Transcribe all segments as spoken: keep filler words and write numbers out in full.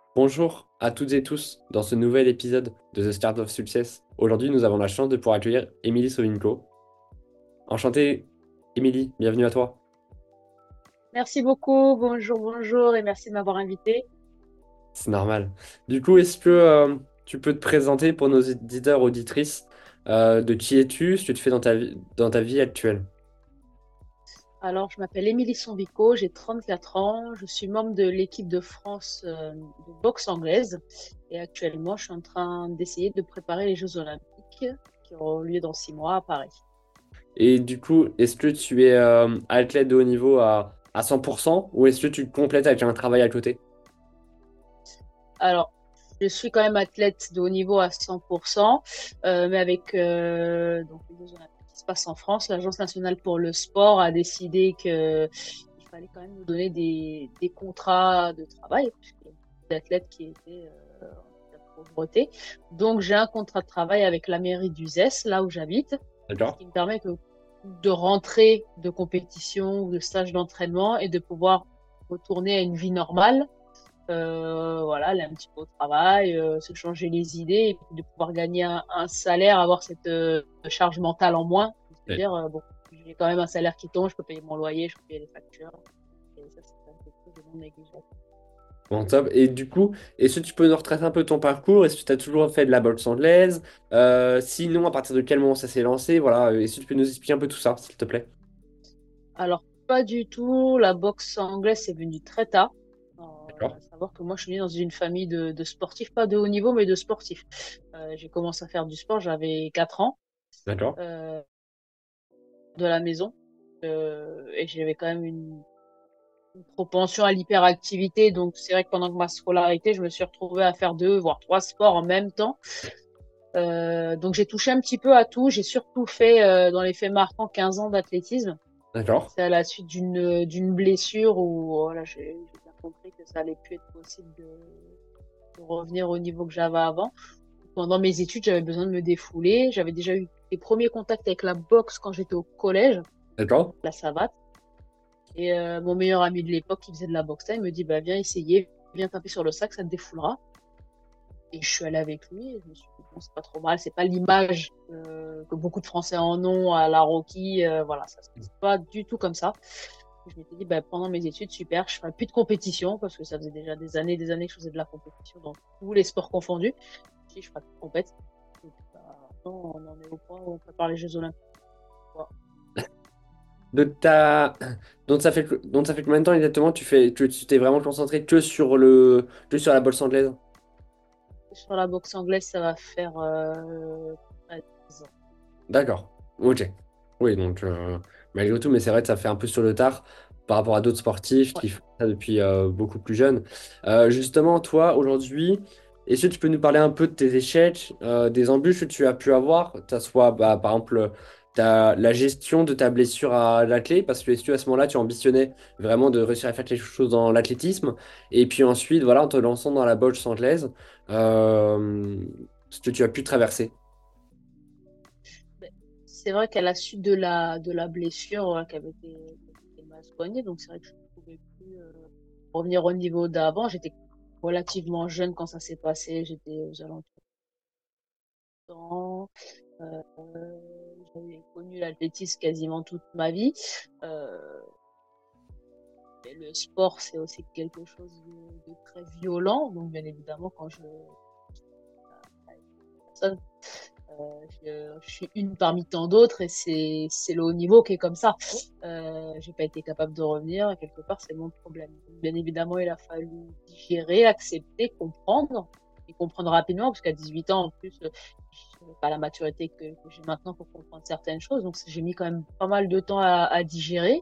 Bonjour à toutes et tous dans ce nouvel épisode de The Start of Success. Aujourd'hui, nous avons la chance de pouvoir accueillir Émilie Sovinko. Enchantée, Émilie, bienvenue à toi. Merci beaucoup, bonjour, bonjour et merci de m'avoir invité. C'est normal. Du coup, est-ce que euh, tu peux te présenter pour nos éditeurs, auditrices, euh, de qui es-tu, ce que tu fais dans ta vie, dans ta vie actuelle? Alors, je m'appelle Émilie Sonvico, j'ai trente-quatre ans, je suis membre de l'équipe de France euh, de boxe anglaise et actuellement, je suis en train d'essayer de préparer les Jeux Olympiques qui auront lieu dans six mois à Paris. Et du coup, est-ce que tu es euh, athlète de haut niveau à, à cent pour cent ou est-ce que tu complètes avec un travail à côté? Alors, je suis quand même athlète de haut niveau à cent pour cent, euh, mais avec euh, donc, les Jeux Olympiques qui se passent en France, l'Agence nationale pour le sport a décidé que il fallait quand même nous donner des, des contrats de travail, puisqu'il y a beaucoup d'athlètes qui étaient euh, en état de pauvreté. Donc, j'ai un contrat de travail avec la mairie d'Uzès, là où j'habite, ce D'accord? qui me permet que, de rentrer de compétition ou de stage d'entraînement et de pouvoir retourner à une vie normale, euh, voilà, aller un petit peu au travail, euh, se changer les idées et puis de pouvoir gagner un, un salaire, avoir cette euh, charge mentale en moins. Ouais. C'est-à-dire, euh, bon, j'ai quand même un salaire qui tombe, je peux payer mon loyer, je peux payer les factures. Et ça, c'est quand même quelque chose de non négligeable. Bon, top. Et du coup, est-ce que tu peux nous retracer un peu ton parcours? Est-ce que tu as toujours fait de la boxe anglaise? Euh, sinon, à partir de quel moment ça s'est lancé? Voilà. Est-ce que tu peux nous expliquer un peu tout ça, s'il te plaît? Alors, pas du tout. La boxe anglaise, c'est venu très tard. Alors, D'accord. à savoir que moi, je suis née dans une famille de, de sportifs, pas de haut niveau, mais de sportifs. Euh, j'ai commencé à faire du sport, j'avais quatre ans, D'accord. euh, de la maison. Euh, et j'avais quand même une une propension à l'hyperactivité. Donc, c'est vrai que pendant que ma scolarité, je me suis retrouvée à faire deux, voire trois sports en même temps. Euh, donc, j'ai touché un petit peu à tout. J'ai surtout fait, euh, dans les faits marquants, quinze ans d'athlétisme. D'accord. C'est à la suite d'une d'une blessure où voilà, j'ai j'ai bien compris que ça allait plus être possible de, de revenir au niveau que j'avais avant. Pendant mes études, j'avais besoin de me défouler. J'avais déjà eu les premiers contacts avec la boxe quand j'étais au collège, D'accord. la savate. Et euh, mon meilleur ami de l'époque, qui faisait de la boxe, il me dit, bah, viens essayer, viens taper sur le sac, ça te défoulera. Et je suis allée avec lui, et je me suis dit, bon, c'est pas trop mal, c'est pas l'image euh, que beaucoup de Français en ont à la Rocky, euh, voilà, ça se passe pas du tout comme ça. Et je m'étais dit, bah, pendant mes études, super, je ferai plus de compétition, parce que ça faisait déjà des années et des années que je faisais de la compétition dans tous les sports confondus. Je je ferai plus de compète. Et puis, bah, maintenant, on en est au point où on prépare les Jeux Olympiques. Voilà. Donc, t'as- donc, ça fait... Donc, ça fait combien de temps exactement tu fais... tu tu t'es vraiment concentré que sur le... que sur la boxe anglaise? Sur la boxe anglaise, ça va faire euh, dix ans. D'accord. Ok. Oui, donc, euh, malgré tout, mais c'est vrai que ça fait un peu sur le tard par rapport à d'autres sportifs Ouais. qui font ça depuis euh, beaucoup plus jeune. Euh, justement, toi, aujourd'hui, est-ce que tu peux nous parler un peu de tes échecs, euh, des embûches que tu as pu avoir, que ça soit, bah, par exemple, ta, la gestion de ta blessure à l'athlé, parce que est-ce que à ce moment-là, tu ambitionnais vraiment de réussir à faire quelque chose dans l'athlétisme, et puis ensuite, voilà, en te lançant dans la boxe anglaise, euh, ce que tu as pu traverser. Mais c'est vrai qu'à la suite de la, de la blessure euh, qui avait été, qui avait été mal soignée, donc c'est vrai que je ne pouvais plus euh, revenir au niveau d'avant. J'étais relativement jeune quand ça s'est passé. J'étais aux alentours de ans. Euh, j'avais connu l'athlétisme quasiment toute ma vie. Euh, mais le sport, c'est aussi quelque chose de, de très violent. Donc, bien évidemment, quand je, personne. Euh, je, je suis une parmi tant d'autres et c'est c'est le haut niveau qui est comme ça. Euh, j'ai pas été capable de revenir et quelque part c'est mon problème. Bien évidemment, il a fallu digérer, accepter, comprendre et comprendre rapidement parce qu'à dix-huit ans en plus, euh, je n'avais pas la maturité que, que j'ai maintenant pour comprendre certaines choses. Donc j'ai mis quand même pas mal de temps à, à digérer.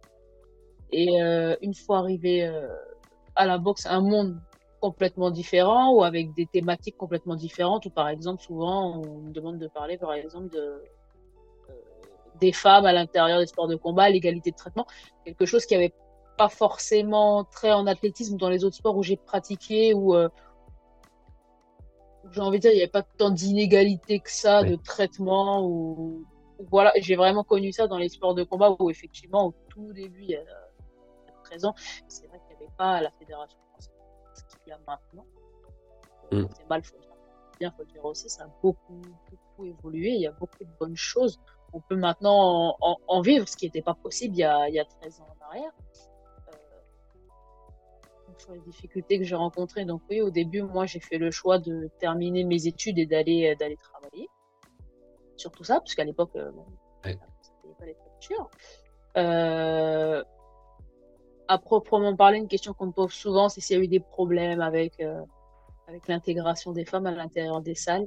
Et euh, une fois arrivé euh, à la boxe, un monde complètement différent ou avec des thématiques complètement différentes ou par exemple souvent on me demande de parler par exemple de des femmes à l'intérieur des sports de combat, l'égalité de traitement, quelque chose qui avait pas forcément trait en athlétisme ou dans les autres sports où j'ai pratiqué ou euh, j'ai envie de dire il n'y avait pas tant d'inégalité que ça de Oui. traitement ou voilà, j'ai vraiment connu ça dans les sports de combat où effectivement au tout début il y a treize ans, c'est vrai qu'il n'y avait pas la fédération française qu'il y a maintenant. Euh, Mm. Quand c'est mal, il faut le dire bien, faut le dire aussi, ça a beaucoup, beaucoup évolué. Il y a beaucoup de bonnes choses. On peut maintenant en, en- en vivre, ce qui n'était pas possible il y a, il y a treize ans en arrière. Euh, donc, sur les difficultés que j'ai rencontrées, donc oui, au début, moi, j'ai fait le choix de terminer mes études et d'aller d'aller travailler. Surtout ça, parce qu'à l'époque, euh, bon, Ouais. ça payait pas les factures. Euh, à proprement parler, une question qu'on me pose souvent, c'est s'il y a eu des problèmes avec, euh, avec l'intégration des femmes à l'intérieur des salles.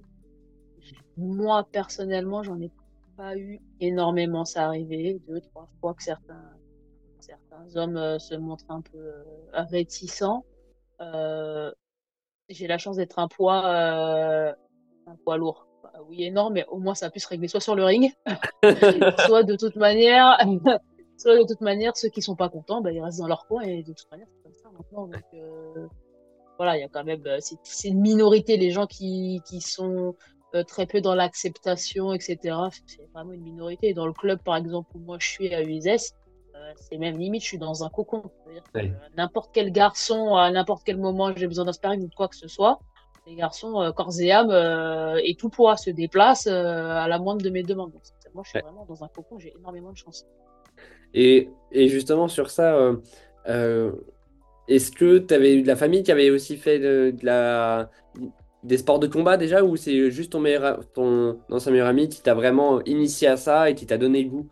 Moi, personnellement, j'en ai pas eu énormément. Ça arrivait deux, trois fois que certains, certains hommes euh, se montrent un peu euh, réticents. Euh, j'ai la chance d'être un poids, euh, un poids lourd. Bah, oui et non, mais au moins ça a pu se régler soit sur le ring, soit de toute manière, soit de toute manière, ceux qui sont pas contents, bah, ils restent dans leur coin et de toute manière, c'est comme ça maintenant. Donc, euh, voilà, il y a quand même, euh, c'est c'est une minorité, les gens qui, qui sont euh, très peu dans l'acceptation, et cetera. C'est vraiment une minorité. Et dans le club, par exemple, où moi je suis à U S S, euh, c'est même limite, je suis dans un cocon. C'est-à-dire que Ouais. n'importe quel garçon, à n'importe quel moment, j'ai besoin d'un sparring ou de quoi que ce soit, les garçons, euh, corps et âme, euh, et tout poids se déplacent euh, à la moindre de mes demandes. Donc, c'est- moi, je suis Ouais. vraiment dans un cocon, j'ai énormément de chance. Et, et justement sur ça, euh, euh, est-ce que tu avais eu de la famille qui avait aussi fait de, de la, des sports de combat déjà, ou c'est juste ton meilleur, a- ton ancien meilleur ami qui t'a vraiment initié à ça et qui t'a donné le goût?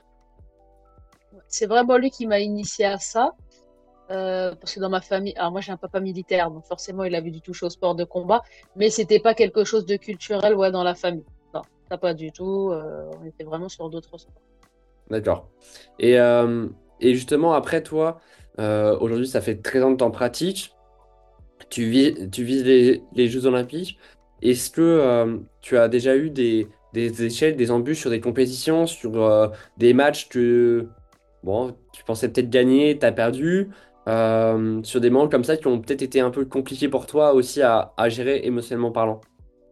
C'est vraiment lui qui m'a initié à ça. Euh, parce que dans ma famille, alors moi j'ai un papa militaire, donc forcément il avait dû toucher au sport de combat, mais c'était pas quelque chose de culturel, ouais, dans la famille. Non, ça pas du tout. Euh, on était vraiment sur d'autres sports. D'accord. Et, euh, et justement, après toi, euh, aujourd'hui, ça fait treize ans que tu en pratiques. Tu vis, tu vises les, les Jeux Olympiques. Est-ce que euh, tu as déjà eu des, des échecs, des embûches sur des compétitions, sur euh, des matchs que bon, tu pensais peut-être gagner, tu as perdu, euh, sur des moments comme ça qui ont peut-être été un peu compliqués pour toi aussi à, à gérer émotionnellement parlant?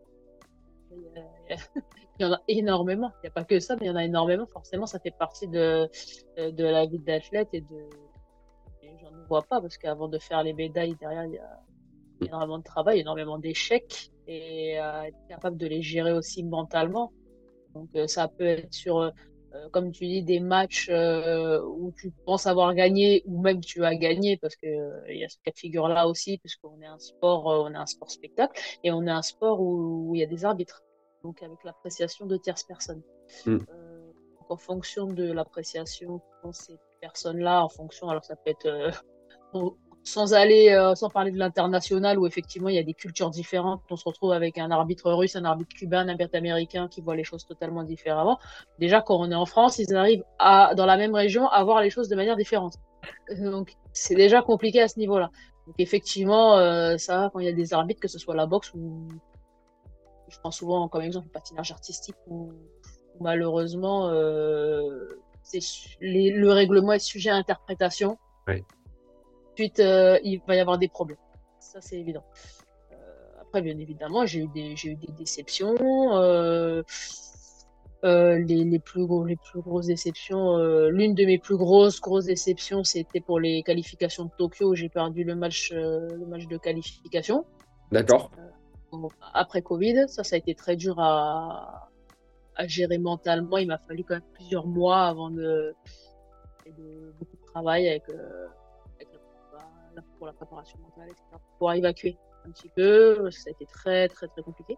Et, euh, il y en a énormément. Il n'y a pas que ça, mais il y en a énormément. Forcément, ça fait partie de, euh, de la vie d'athlète et de. Et j'en ne vois pas parce qu'avant de faire les médailles, derrière, il y a énormément de travail, énormément d'échecs et euh, être capable de les gérer aussi mentalement. Donc, euh, ça peut être sur, euh, euh, comme tu dis, des matchs euh, où tu penses avoir gagné ou même tu as gagné parce que euh, il y a ce cas de figure-là aussi, puisqu'on est un sport, euh, on est un sport spectacle et on est un sport où, où il y a des arbitres, donc avec l'appréciation de tierces personnes. Mm. Euh, donc, en fonction de l'appréciation de ces personnes-là, en fonction, alors ça peut être euh, on- sans aller, euh, sans parler de l'international où effectivement il y a des cultures différentes, on se retrouve avec un arbitre russe, un arbitre cubain, un arbitre américain qui voit les choses totalement différemment. Déjà, quand on est en France, ils arrivent à, dans la même région, à voir les choses de manière différente. Donc, c'est déjà compliqué à ce niveau-là. Donc, effectivement, euh, ça va quand il y a des arbitres, que ce soit la boxe ou, je prends souvent comme exemple le patinage artistique où, où malheureusement, euh, c'est, les, le règlement est sujet à interprétation. Ouais. Ensuite, euh, il va y avoir des problèmes. Ça, c'est évident. Euh, après, bien évidemment, j'ai eu des, j'ai eu des déceptions. Euh, euh, les, les plus gros, les plus grosses déceptions, euh, l'une de mes plus grosses, grosses déceptions, c'était pour les qualifications de Tokyo où j'ai perdu le match, euh, le match de qualification. D'accord. Bon, après Covid, ça, ça a été très dur à, à gérer mentalement. Il m'a fallu quand même plusieurs mois avant de, et de beaucoup de travail avec, euh, avec la, bah, la- pour la préparation mentale, et cetera. Pour pouvoir évacuer un petit peu, parce que ça a été très, très, très compliqué.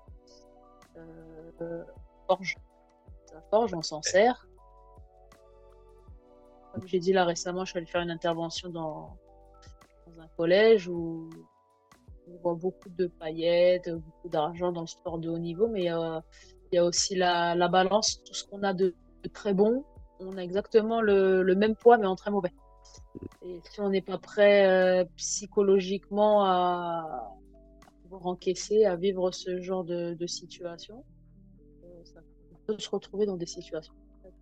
Euh, Forge, ça forge, on s'en sert. Comme j'ai dit là récemment, je suis allée faire une intervention dans, dans un collège où on voit beaucoup de paillettes, beaucoup d'argent dans le sport de haut niveau, mais euh, il y a aussi la, la balance, tout ce qu'on a de, de très bon, on a exactement le, le même poids, mais en très mauvais. Et si on n'est pas prêt euh, psychologiquement à, à pouvoir encaisser, à vivre ce genre de, de situation, euh, ça peut se retrouver dans des situations.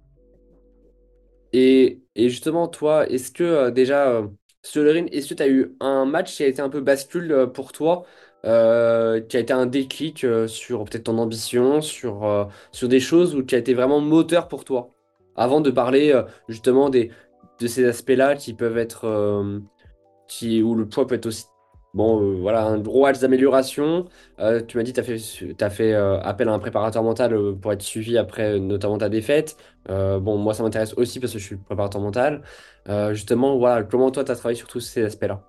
Et, et justement, toi, est-ce que euh, déjà, euh, sur le ring, est-ce que tu as eu un match qui a été un peu bascule euh, pour toi, euh, qui a été un déclic euh, sur peut-être ton ambition, sur, euh, sur des choses où qui a été vraiment moteur pour toi, avant de parler euh, justement des, de ces aspects-là qui peuvent être, euh, qui, où le poids peut être aussi. bon, euh, voilà, un gros axe d'amélioration. Euh, tu m'as dit que tu as fait, t'as fait euh, appel à un préparateur mental euh, pour être suivi après euh, notamment ta défaite. Euh, bon, moi, ça m'intéresse aussi parce que je suis préparateur mental. Euh, justement, voilà, comment toi, tu as travaillé sur tous ces aspects-là?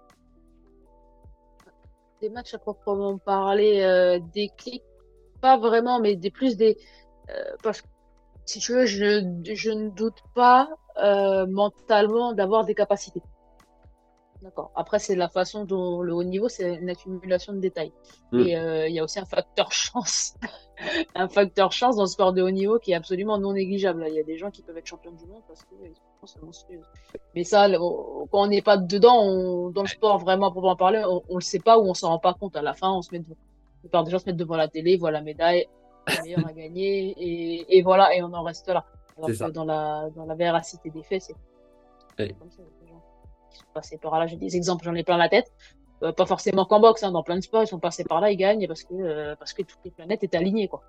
Des matchs à proprement parler, euh, des clics, pas vraiment, mais des plus des. Euh, parce que si tu veux, je, je ne doute pas euh, mentalement d'avoir des capacités. D'accord. Après, c'est la façon dont le haut niveau, c'est une accumulation de détails. Hmm, Et euh, il y a aussi un facteur chance, un facteur chance dans le sport de haut niveau qui est absolument non négligeable. Il y a des gens qui peuvent être champions du monde parce que ils sont monstrueux. Mais ça, le- on- quand on n'est pas dedans, on- dans le sport vraiment pour en parler, on, on le sait pas ou on s'en rend pas compte. À la fin, on se met devant, la plupart des gens se mettent devant la télé, voient la médaille, le meilleur a gagné et, et voilà, et on en reste là. c'est Alors que ça. dans la dans la véracité des faits, c'est Ouais. comme ça. Il y a des gens qui sont passés par là. J'ai des exemples, j'en ai plein la tête. Euh, pas forcément qu'en boxe, hein, dans plein de sports, ils sont passés par là, ils gagnent parce que, euh, parce que toutes les planètes étaient alignées, quoi.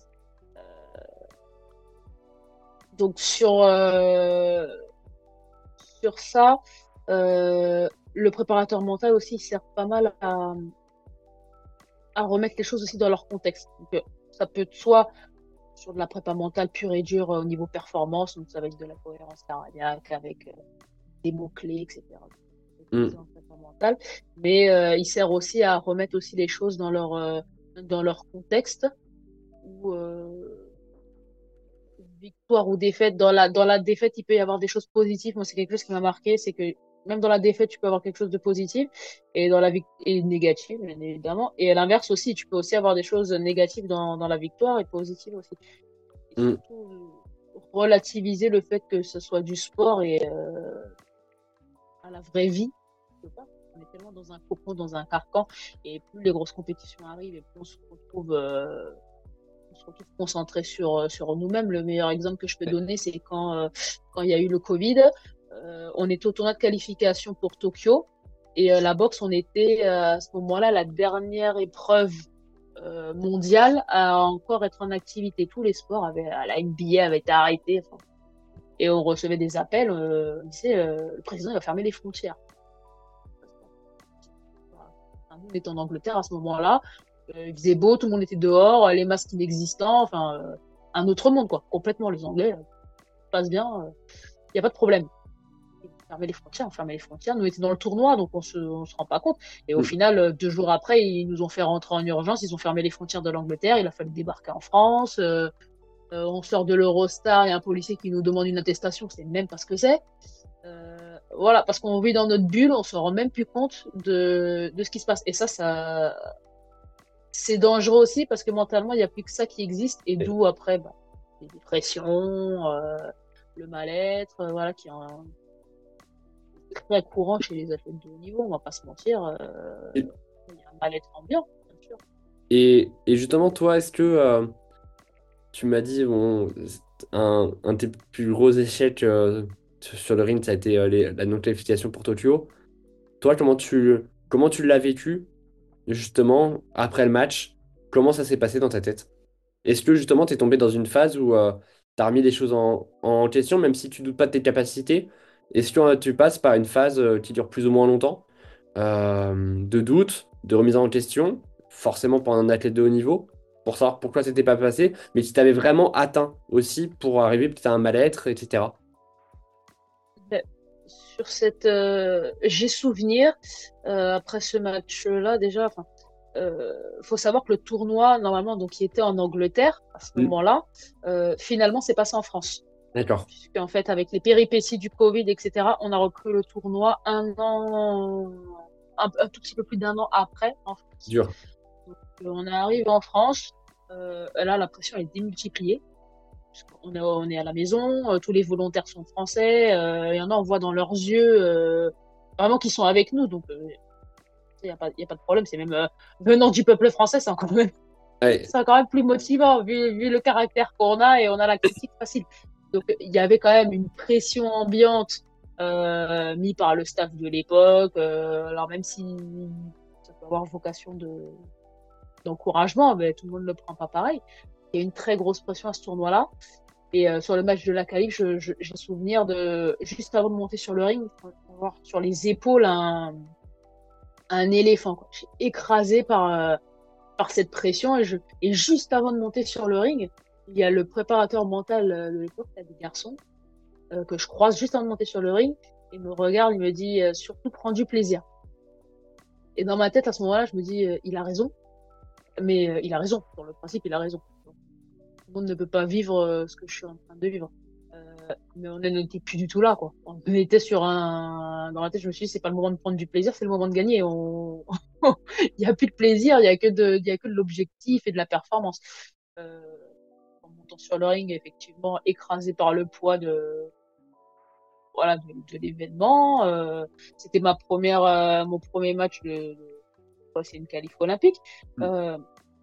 Donc sur, euh, sur ça, euh, le préparateur mental aussi il sert pas mal à, à remettre les choses aussi dans leur contexte. Donc, euh, ça peut être soit sur de la prépa mentale pure et dure euh, au niveau performance, donc ça va être de la cohérence cardiaque avec euh, des mots-clés, et cetera. Hmm, Utilisé en prépa mentale. Mais euh, il sert aussi à remettre aussi les choses dans leur, euh, dans leur contexte où euh, victoire ou défaite, dans la, dans la défaite, il peut y avoir des choses positives. Moi, c'est quelque chose qui m'a marqué, c'est que même dans la défaite, tu peux avoir quelque chose de positif et dans la vic- et négatif, bien évidemment. Et à l'inverse aussi, tu peux aussi avoir des choses négatives dans, dans la victoire et positives aussi. Et hmm. surtout, euh, relativiser le fait que ce soit du sport et euh, à la vraie vie. Quelque part. On est tellement dans un cocon, dans un carcan, et plus les grosses compétitions arrivent, et plus on se retrouve euh, surtout concentré sur, euh, sur nous-mêmes. Le meilleur exemple que je peux Ouais. donner, c'est quand, euh, quand il y a eu le Covid. Euh, on était au tournoi de qualification pour Tokyo. Et euh, la boxe, on était euh, à ce moment-là la dernière épreuve euh, mondiale à encore être en activité. Tous les sports avaient, la N B A avait été arrêtée. Enfin, et on recevait des appels. Euh, on disait, euh, le président il va fermer les frontières. Enfin, nous, on était en Angleterre à ce moment-là. Euh, il faisait beau, tout le monde était dehors, les masques inexistants. Enfin, euh, un autre monde, quoi. Complètement. Les Anglais, euh, passe bien. Il n'y a pas de problème. Ils fermaient les frontières, on fermait les frontières. Nous, on était dans le tournoi, donc on se, on se rend pas compte. Et au Hmm. final, euh, deux jours après, ils nous ont fait rentrer en urgence. Ils ont fermé les frontières de l'Angleterre. Il a fallu débarquer en France. Euh, euh, on sort de l'Eurostar. Il y a un policier qui nous demande une attestation. C'est même pas ce que c'est. Euh, voilà, parce qu'on vit dans notre bulle, on se rend même plus compte de, de ce qui se passe. Et ça, ça, c'est dangereux aussi parce que mentalement, il n'y a plus que ça qui existe. Et Ouais. d'où après, bah, les dépressions, euh, le mal-être, euh, voilà, qui est un- très courant chez les athlètes de haut niveau, on va pas se mentir. Euh, Et, il y a un mal-être ambiant, bien sûr. et- et justement, toi, est-ce que euh, tu m'as dit, bon, un, un de tes plus gros échecs euh, sur le ring, ça a été euh, les- la non-qualification pour Tokyo. Toi, comment tu, comment tu l'as vécu, justement, après le match? Comment ça s'est passé dans ta tête? Est-ce que, justement, tu es tombé dans une phase où tu as remis les choses en, en question, même si tu doutes pas de tes capacités? Est-ce que euh, tu passes par une phase euh, qui dure plus ou moins longtemps, euh, de doute, de remise en question, forcément pour un athlète de haut niveau, pour savoir pourquoi c'était pas passé, mais si tu avais vraiment atteint aussi pour arriver peut-être à un mal-être, et cetera. Mais sur cette, euh, j'ai souvenir euh, après ce match-là déjà. Enfin, euh, faut savoir que le tournoi normalement donc qui était en Angleterre à ce Hmm. moment-là, euh, finalement c'est passé en France. D'accord, Puisqu'en fait, avec les péripéties du Covid, et cetera, on a repris le tournoi un an, un, un tout petit peu plus d'un an après, en France. dur. Donc, euh, on arrive en France, euh, là, la pression est démultipliée. On est, on est à la maison, euh, tous les volontaires sont français, euh, il y en a, on voit dans leurs yeux, euh, vraiment qu'ils sont avec nous, donc il n'y a pas, y a pas de problème, c'est même euh, venant du peuple français, c'est encore même Ouais. c'est quand même plus motivant vu, vu le caractère qu'on a et on a la critique facile. Donc il y avait quand même une pression ambiante euh, mise par le staff de l'époque. Euh, alors même si ça peut avoir vocation de d'encouragement, mais tout le monde ne le prend pas pareil. Il y a une très grosse pression à ce tournoi-là. Et euh, sur le match de la qualif, je, je, j'ai souvenir de juste avant de monter sur le ring, avoir sur les épaules un, un éléphant, quoi. J'étais écrasée par, euh, par cette pression. Et, je, et juste avant de monter sur le ring, il y a le préparateur mental euh, de l'époque, là, des garçons, euh, que je croise juste avant de monter sur le ring. Il me regarde, il me dit euh, surtout prends du plaisir. Et dans ma tête, à ce moment-là, je me dis euh, il a raison. Mais euh, il a raison. Dans le principe, il a raison. Tout le monde ne peut pas vivre euh, ce que je suis en train de vivre. Euh, mais on n'était plus du tout là, quoi. On était sur un. Dans la tête, je me suis dit, c'est pas le moment de prendre du plaisir, c'est le moment de gagner. On... il n'y a plus de plaisir, il n'y a que de, il y a que de l'objectif et de la performance. Euh, en montant sur le ring, effectivement, écrasé par le poids de, voilà, de, de l'événement. Euh, c'était ma première, euh, mon premier match de, de... ouais, c'est une qualif olympique. Mm. Euh,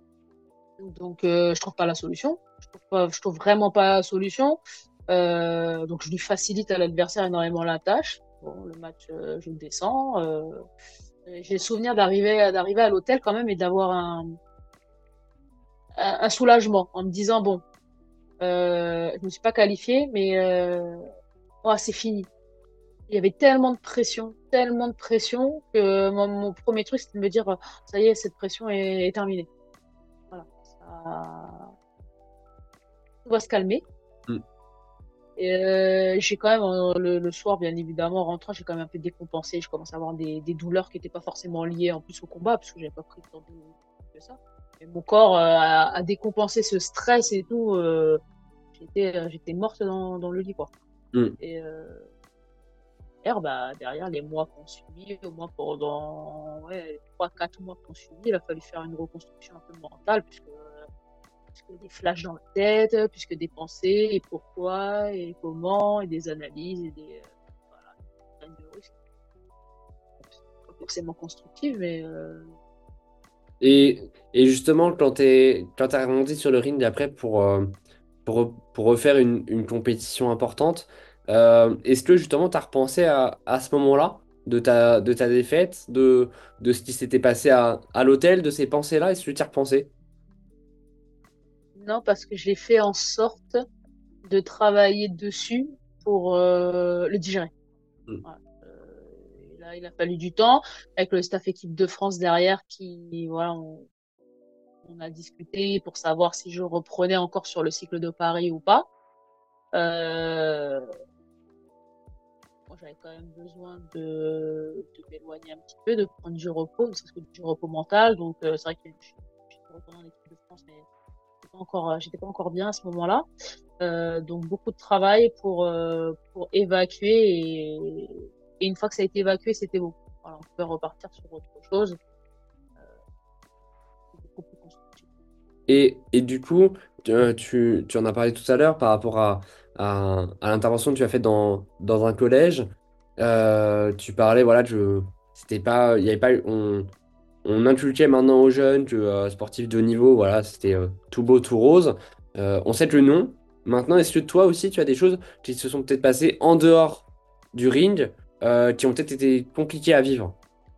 donc, euh, je trouve pas la solution. Je trouve pas, je trouve vraiment pas la solution. Euh, donc, je lui facilite à l'adversaire énormément la tâche. Bon, le match, euh, je le descends. Euh, j'ai le souvenir d'arriver, d'arriver à l'hôtel quand même et d'avoir un, un, un soulagement en me disant, bon, euh, je me suis pas qualifiée, mais euh, oh, c'est fini. Il y avait tellement de pression, tellement de pression que mon, mon premier truc, c'était de me dire, ça y est, cette pression est, est terminée. Voilà. Ça, tout va se calmer. Mm. Et euh, j'ai quand même, euh, le, le soir, bien évidemment, en rentrant, j'ai quand même un peu décompensé. Je commence à avoir des, des douleurs qui n'étaient pas forcément liées en plus au combat, parce que j'avais pas pris tant de, de ça. Et mon corps euh, a, a décompensé ce stress et tout. Euh, j'étais, euh, j'étais morte dans, dans le lit, quoi. Mm. Et euh, derrière, bah, derrière, les mois qu'on suivi, au moins pendant ouais, trois quatre mois qu'on suivi, il a fallu faire une reconstruction un peu mentale, puisque puisque des flashs dans la tête, puisque des pensées, et pourquoi, et comment, et des analyses, et des, euh, voilà, des montagnes de risques. Pas forcément constructives, mais euh, Et, et justement, quand t'es, quand t'as remonté sur le ring après pour, euh, pour, pour refaire une, une compétition importante, euh, est-ce que justement t'as repensé à, à ce moment-là de ta, de ta défaite, de, de ce qui s'était passé à, à l'hôtel, de ces pensées-là, est-ce que tu y as repensé? non, parce que j'ai fait en sorte de travailler dessus pour euh, le digérer. Mm. Voilà. Euh, et là, il a fallu du temps avec le staff équipe de France derrière qui, voilà, on, on a discuté pour savoir si je reprenais encore sur le cycle de Paris ou pas. Euh, moi, j'avais quand même besoin de, de m'éloigner un petit peu, de prendre du repos, parce que du repos mental. Donc, euh, c'est vrai que je suis retournée en équipe de France, mais j'étais pas encore, j'étais pas encore bien à ce moment-là. Euh, donc, beaucoup de travail pour, euh, pour évacuer. Et, et une fois que ça a été évacué, c'était bon. Voilà, on pouvait repartir sur autre chose. Beaucoup plus constructif. Et, et du coup, tu, euh, tu, tu en as parlé tout à l'heure par rapport à, à, à l'intervention que tu as faite dans, dans un collège. Euh, tu parlais, voilà, je, c'était pas, il y avait pas, on, on inculquait maintenant aux jeunes que euh, sportif de haut niveau, voilà, c'était euh, tout beau, tout rose. Euh, on sait que non. Maintenant, est-ce que toi aussi, tu as des choses qui se sont peut-être passées en dehors du ring, euh, qui ont peut-être été compliquées à vivre?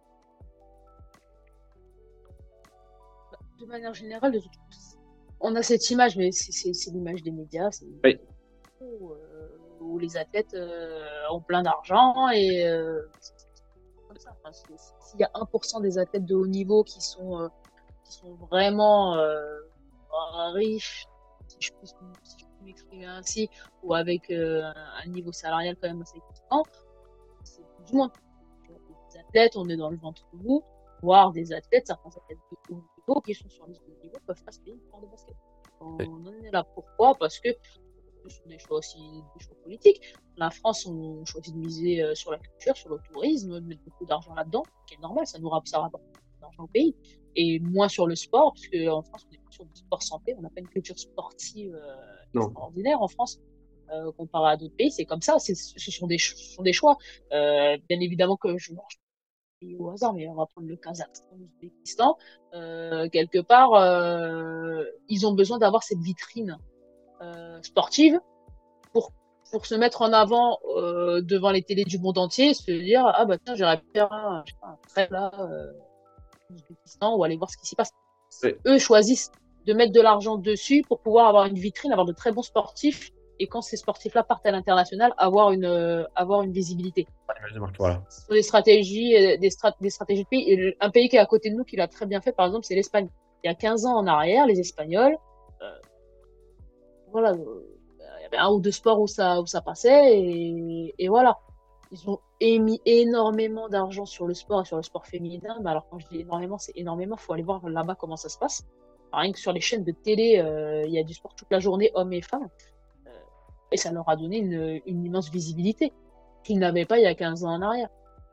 De manière générale, de toute façon, on a cette image, mais c'est c'est- c'est l'image des médias, c'est l'image Oui. des où, euh, où les athlètes euh, ont plein d'argent et euh, c'est comme ça. Enfin, c'est- c'est- s'il y a un pour cent des athlètes de haut niveau qui sont, euh, qui sont vraiment euh, riches, si je puis, si je puis m'exprimer ainsi, ou avec euh, un, un niveau salarial quand même assez conséquent, c'est tout du monde. Des athlètes, on est dans le ventre mou, voire des athlètes, certains athlètes de haut niveau qui sont sur liste de haut niveau peuvent pas se payer une sport de basket. Oui. On en est là. Pourquoi? Parce que ce sont des choix aussi, des choix politiques. La France, on choisit de miser euh, sur la culture, sur le tourisme, de mettre beaucoup d'argent là-dedans, ce qui est normal, ça nous rapporte, ça rapporte beaucoup d'argent au pays. Et moins sur le sport, puisque en France, on est plus sur du sport santé, on n'a pas une culture sportive euh, Non. extraordinaire en France. Euh, comparé à d'autres pays, c'est comme ça, c'est, ce sont des, ce sont des choix. Euh, bien évidemment que je, je au hasard, mais on va prendre le Kazakhstan, l'Ouzbékistan, euh, quelque part, euh, ils ont besoin d'avoir cette vitrine euh, sportive pour, pour se mettre en avant euh, devant les télés du monde entier, se dire ah bah tiens j'aurais pu faire un, je sais pas, un trêve là euh, au Ouzbékistan ou aller voir ce qui s'y passe. Oui. Eux choisissent de mettre de l'argent dessus pour pouvoir avoir une vitrine, avoir de très bons sportifs et quand ces sportifs-là partent à l'international, avoir une, euh, avoir une visibilité. L'image de marque, voilà. Sur des stratégies, euh, des, strat des stratégies de pays. Et le- un pays qui est à côté de nous, qui l'a très bien fait, par exemple, c'est l'Espagne. Il y a quinze ans en arrière, les Espagnols, euh, voilà, euh, il y avait un ou deux sports où ça, où ça passait, et, et voilà. Ils ont émis énormément d'argent sur le sport et sur le sport féminin. Mais alors, quand je dis énormément, c'est énormément. Il faut aller voir là-bas comment ça se passe. Rien que sur les chaînes de télé, euh, il y a du sport toute la journée, hommes et femmes. Euh, et ça leur a donné une, une immense visibilité qu'ils n'avaient pas il y a quinze ans en arrière.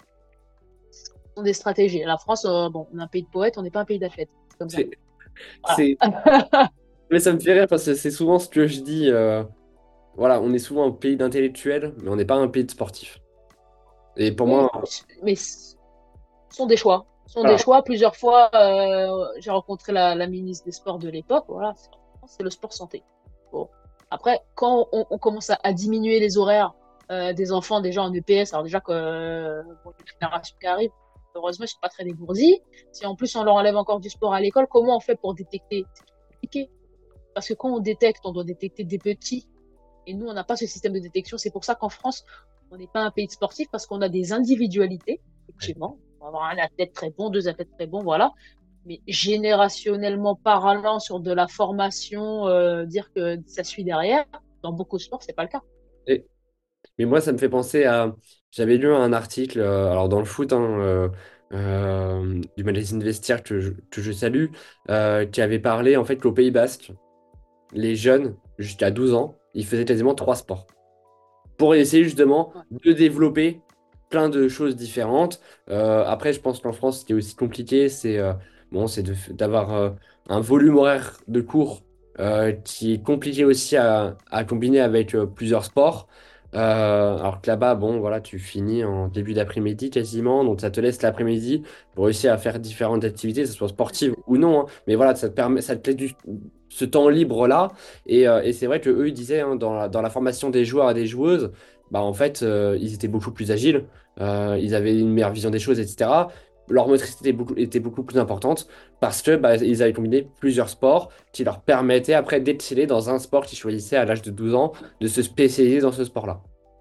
Ce sont des stratégies. La France, euh, bon, on est un pays de poètes, on n'est pas un pays d'athlètes. C'est comme ça. C'est, Voilà. c'est... Mais ça me fait rire parce que c'est souvent ce que je dis. euh, Voilà, on est souvent un pays d'intellectuels, mais on n'est pas un pays de sportifs. Et pour moi, Oui, mais ce sont des choix. Ce sont des voilà. choix. Plusieurs fois, euh, j'ai rencontré la, la ministre des Sports de l'époque. Voilà, c'est le sport santé. Bon. Après, quand on, on commence à, à diminuer les horaires euh, des enfants déjà en E P S, alors déjà que euh, bon, les générations qui arrivent, heureusement, ils sont pas très dégourdis. Si en plus on leur enlève encore du sport à l'école, comment on fait pour détecter? C'est compliqué. Parce que quand on détecte, on doit détecter des petits. Et nous, on n'a pas ce système de détection. C'est pour ça qu'en France, on n'est pas un pays de sportifs parce qu'on a des individualités, effectivement. On va avoir un athlète très bon, deux athlètes très bons, voilà. Mais générationnellement parlant, sur de la formation, euh, dire que ça suit derrière, dans beaucoup de sports, c'est pas le cas. Et- mais moi, ça me fait penser à. J'avais lu un article, euh, alors dans le foot, hein, euh, euh, du magazine Vestiaire que je, que je salue, euh, qui avait parlé en fait qu'au Pays Basque, les jeunes, jusqu'à douze ans, ils faisaient quasiment trois sports. Pour essayer justement Ouais. de développer plein de choses différentes. Euh, après, je pense qu'en France, ce qui est aussi compliqué, c'est euh, bon, c'est de- d'avoir euh, un volume horaire de cours euh, qui est compliqué aussi à, à combiner avec euh, plusieurs sports. Euh, alors que là-bas, bon, voilà, tu finis en début d'après-midi quasiment, donc ça te laisse l'après-midi pour réussir à faire différentes activités, que ce soit sportives ou non, hein. Mais voilà, ça te permet, ça te laisse du- ce temps libre-là. Et, euh, et c'est vrai que eux, ils disaient, hein, dans la, dans la formation des joueurs et des joueuses, bah, en fait, euh, ils étaient beaucoup plus agiles, euh, ils avaient une meilleure vision des choses, et cetera. Leur motricité était beaucoup, était beaucoup plus importante parce que bah, ils avaient combiné plusieurs sports qui leur permettaient après d'exceller dans un sport qu'ils choisissaient à l'âge de douze ans, de se spécialiser dans ce sport-là.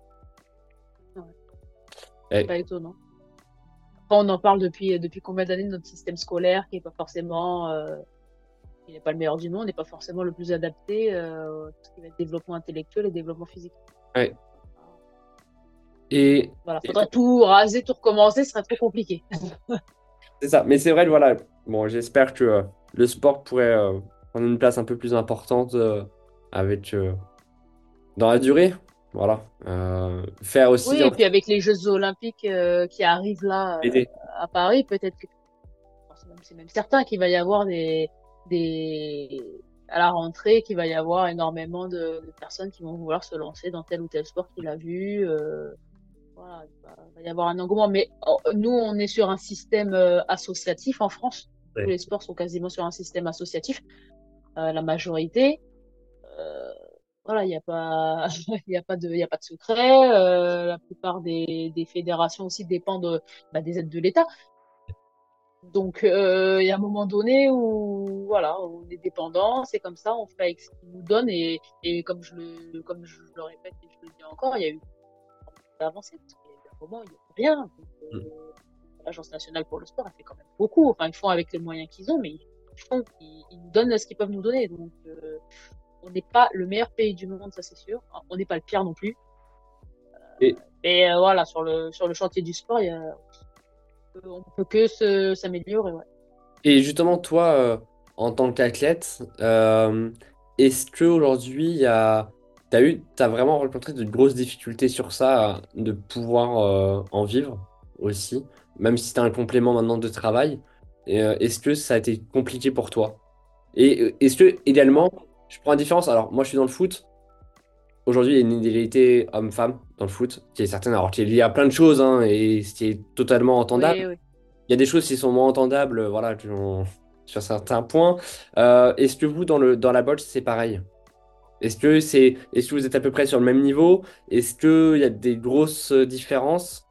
Ouais. C'est Et pas étonnant. Après, on en parle depuis, depuis combien d'années de notre système scolaire qui est pas forcément, euh, il n'est pas le meilleur du monde, n'est pas forcément le plus adapté, euh, tout ce qui va être développement intellectuel et développement physique. ouais. Et, Voilà, et faudrait tout raser, tout recommencer, ce serait trop compliqué. c'est ça. Mais c'est vrai, voilà. Bon, j'espère que euh, le sport pourrait euh, prendre une place un peu plus importante euh, avec euh, dans la durée. Voilà. Euh, faire Oui, aussi un et puis avec les Jeux Olympiques euh, qui arrivent là euh, aider. à Paris, peut-être que enfin, c'est même, c'est même certain qu'il va y avoir des, des à la rentrée, qu'il va y avoir énormément de, de personnes qui vont vouloir se lancer dans tel ou tel sport qu'il a vu. Euh, voilà, il va, il va y avoir un engouement. Mais oh, nous, on est sur un système euh, associatif en France. Tous Ouais. les sports sont quasiment sur un système associatif, euh, la majorité. Euh, voilà, il n'y a pas, il y a pas de, il y a pas de secret. Euh, la plupart des, des fédérations aussi dépendent bah, des aides de l'État. Donc, euh, il y a un moment donné où, voilà, on est dépendant, c'est comme ça, on fait avec ce qu'ils nous donnent et, et comme je le, comme je le répète et je le dis encore, il y a eu avancé parce qu'il y a eu un moment, il n'y avait rien. Donc, Mm. euh, l'Agence nationale pour le sport, elle fait quand même beaucoup. Enfin, ils font avec les moyens qu'ils ont, mais ils font, ils, ils nous donnent ce qu'ils peuvent nous donner. Donc, euh, on n'est pas le meilleur pays du monde, ça c'est sûr. On n'est pas le pire non plus. Et, Et euh, voilà, sur le, sur le chantier du sport, il y a, on peut que se, s'améliorer. Ouais. et justement, toi, euh, en tant qu'athlète, euh, est-ce qu'aujourd'hui, il y a, t'as eu, t'as vraiment rencontré de grosses difficultés sur ça, de pouvoir euh, en vivre aussi, même si tu un complément maintenant de travail, et, euh, est-ce que ça a été compliqué pour toi? Et euh, est-ce que, Alors, également, je prends la différence, alors moi je suis dans le foot, aujourd'hui il y a une inégalité homme-femme dans le foot, qui est certaine, alors qui est liée à plein de choses, hein, et ce qui est totalement entendable. oui, oui. Il y a des choses qui sont moins entendables, euh, voilà, qui ont- sur certains points. Euh, est-ce que vous, dans le, dans la boxe, c'est pareil? Est-ce que c'est, est-ce que vous êtes à peu près sur le même niveau? Est-ce qu'il y a des grosses euh, différences?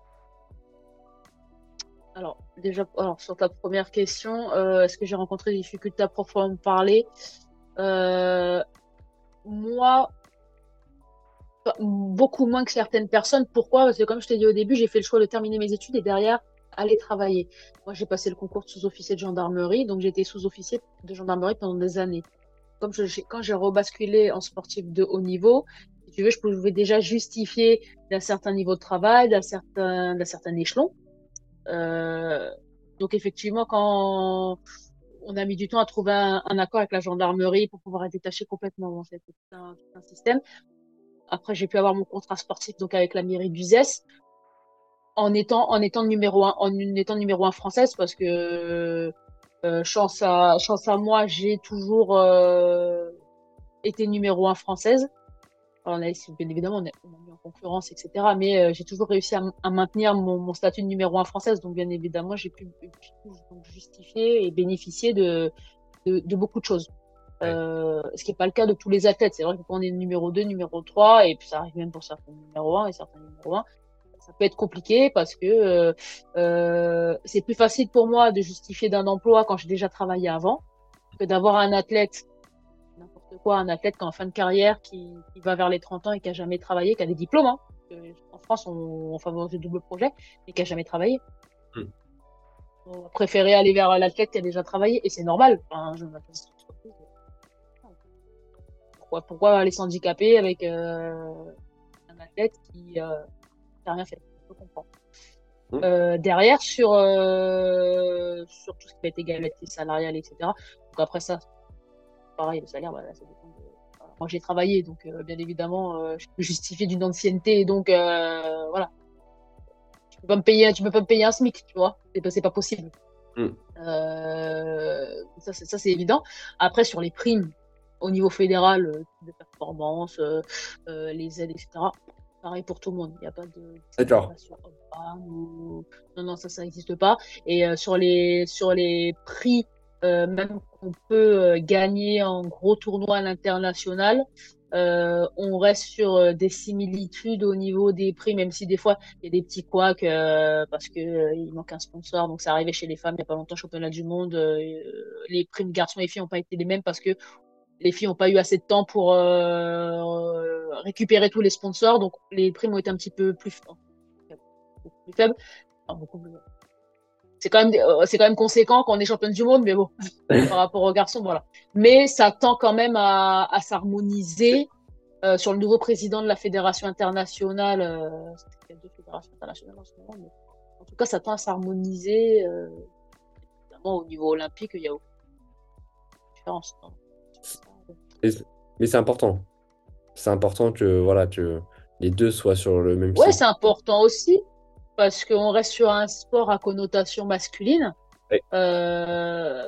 Alors, déjà, alors, sur ta première question, euh, est-ce que j'ai rencontré des difficultés à proprement parler? Euh, moi, Pas- beaucoup moins que certaines personnes. Pourquoi? Parce que comme je t'ai dit au début, j'ai fait le choix de terminer mes études et derrière aller travailler. Moi, j'ai passé le concours de sous-officier de gendarmerie, donc j'étais sous-officier de gendarmerie pendant des années. Comme je, j'ai- quand j'ai rebasculé en sportif de haut niveau, si tu veux, je pouvais déjà justifier d'un certain niveau de travail, d'un certain, d'un certain échelon. Euh, donc effectivement, quand on a mis du temps à trouver un, un accord avec la gendarmerie pour pouvoir être détaché complètement, bon, c'était tout un, tout un système. Après, j'ai pu avoir mon contrat sportif donc avec la mairie d'Uzès en étant en étant numéro un en étant numéro un française parce que euh, chance à chance à moi, j'ai toujours euh, été numéro un française. Alors, on a, bien évidemment, on a, on a mis en concurrence, et cetera. Mais euh, j'ai toujours réussi à, à maintenir mon, mon statut de numéro un française. Donc, bien évidemment, j'ai pu, pu donc, justifier et bénéficier de, de, de beaucoup de choses. Ouais. Euh, ce qui n'est pas le cas de tous les athlètes. C'est vrai que quand on est numéro deux, numéro trois, et puis ça arrive même pour certains numéro un et certains numéro un, ça peut être compliqué parce que euh, euh, c'est plus facile pour moi de justifier d'un emploi quand j'ai déjà travaillé avant que d'avoir un athlète, n'importe quoi, un athlète qui est en fin de carrière, qui, qui va vers les trente ans et qui a jamais travaillé, qui a des diplômes. Hein. En France, on, on favorise le double projet, mais qui a jamais travaillé. Hmm. On va préférer aller vers l'athlète qui a déjà travaillé, et c'est normal. Enfin, je pourquoi, pourquoi aller s'handicaper avec euh, un athlète qui euh, n'a rien fait? Je comprends. Hmm. Euh, derrière, sur, euh, sur tout ce qui va être égalité salariale, et cetera. Donc après ça, pareil, le salaire, bah, là, ça dépend de... voilà. Moi, j'ai travaillé, donc euh, bien évidemment, euh, je peux justifier d'une ancienneté, donc euh, voilà. Tu peux pas me payer, tu peux pas me payer un SMIC, tu vois. C'est pas, c'est pas possible. Hmm. Euh, ça, c'est, ça, c'est évident. Après, sur les primes au niveau fédéral, euh, de performance, euh, euh, les aides, et cetera. Pareil pour tout le monde. Il n'y a pas de D'accord. discrimination homme-femme ou... Non, non, ça, ça n'existe pas. Et euh, sur les, sur les prix, euh, même qu'on peut euh, gagner en gros tournois à l'international, euh, on reste sur euh, des similitudes au niveau des prix, même si des fois, il y a des petits couacs euh, parce que euh, il manque un sponsor. Donc, ça arrivait chez les femmes il n'y a pas longtemps, championnat du monde. Euh, les primes garçons et filles n'ont pas été les mêmes parce que les filles n'ont pas eu assez de temps pour euh, récupérer tous les sponsors. Donc, les primes ont été un petit peu plus, beaucoup plus faibles. Enfin, beaucoup plus... C'est quand même, euh, c'est quand même conséquent quand on est championne du monde, mais bon, par rapport aux garçons, voilà. Mais ça tend quand même à, à s'harmoniser euh, sur le nouveau président de la fédération internationale. Euh, il y a deux fédérations internationales en ce moment, mais en tout cas, ça tend à s'harmoniser. Euh, évidemment, au niveau olympique, il y a aucune différence. Hein. Et c'est- Mais c'est important. C'est important que voilà, que les deux soient sur le même Ouais, pied. c'est important aussi parce qu'on reste sur un sport à connotation masculine. Ouais. Euh,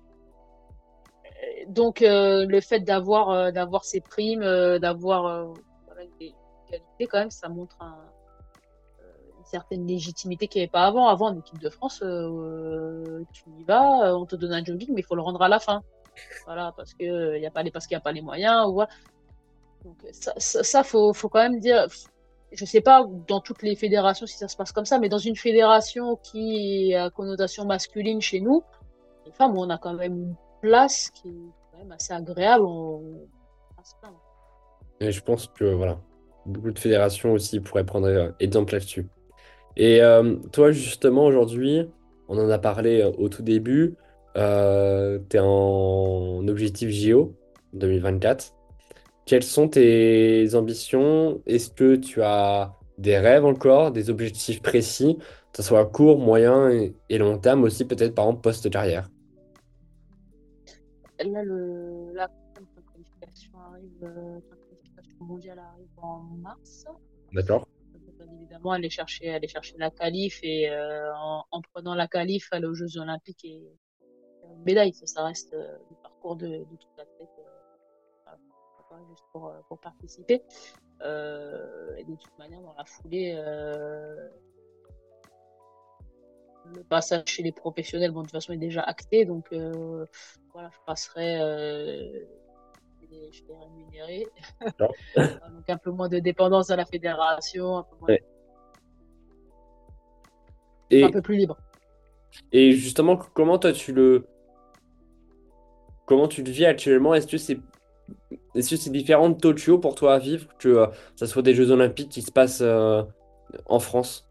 donc, euh, le fait d'avoir euh, d'avoir ces primes, euh, d'avoir euh, voilà, des qualités, quand même, ça montre un, une certaine légitimité qu'il n'y avait pas avant. Avant, en équipe de France, euh, tu y vas, euh, on te donne un jogging, mais il faut le rendre à la fin. Voilà, parce que euh, y a pas les, parce qu'il n'y a pas les moyens. Ou, voilà. Donc, ça, ça, ça, faut, faut quand même dire. Je sais pas dans toutes les fédérations si ça se passe comme ça, mais dans une fédération qui est à connotation masculine chez nous, les femmes, on a quand même une place qui est quand même assez agréable. On... on se plaindre. Et je pense que voilà, beaucoup de fédérations aussi pourraient prendre euh, exemple là-dessus. Et euh, toi, justement, aujourd'hui, on en a parlé euh, au tout début, euh, tu es en objectif J O deux mille vingt-quatre. Quelles sont tes ambitions? Est-ce que tu as des rêves encore, des objectifs précis, que ce soit à court, moyen et, et long terme aussi, peut-être par exemple post-carrière? Là, le, la qualification arrive, euh, la qualification mondiale arrive en mars. D'accord? Donc, bien évidemment, aller chercher, aller chercher la qualif et euh, en, en prenant la qualif, aller aux Jeux Olympiques et faire une médaille. Ça, ça reste euh, le parcours de, de toute athlète, euh, voilà, pas juste pour, euh, pour participer. Euh, et de toute manière, dans la foulée, euh, le passage chez les professionnels, bon, de toute façon, est déjà acté. Donc, euh, voilà, je passerai euh, je vais rémunérer. D'accord. Donc, un peu moins de dépendance à la fédération, un peu, moins de... Ouais. un Et, peu plus libre. et justement, comment toi tu le, comment tu le vis actuellement? Est-ce que c'est est-ce que c'est différent de Tokyo pour toi à vivre que euh, ça soit des Jeux Olympiques qui se passent euh, en France?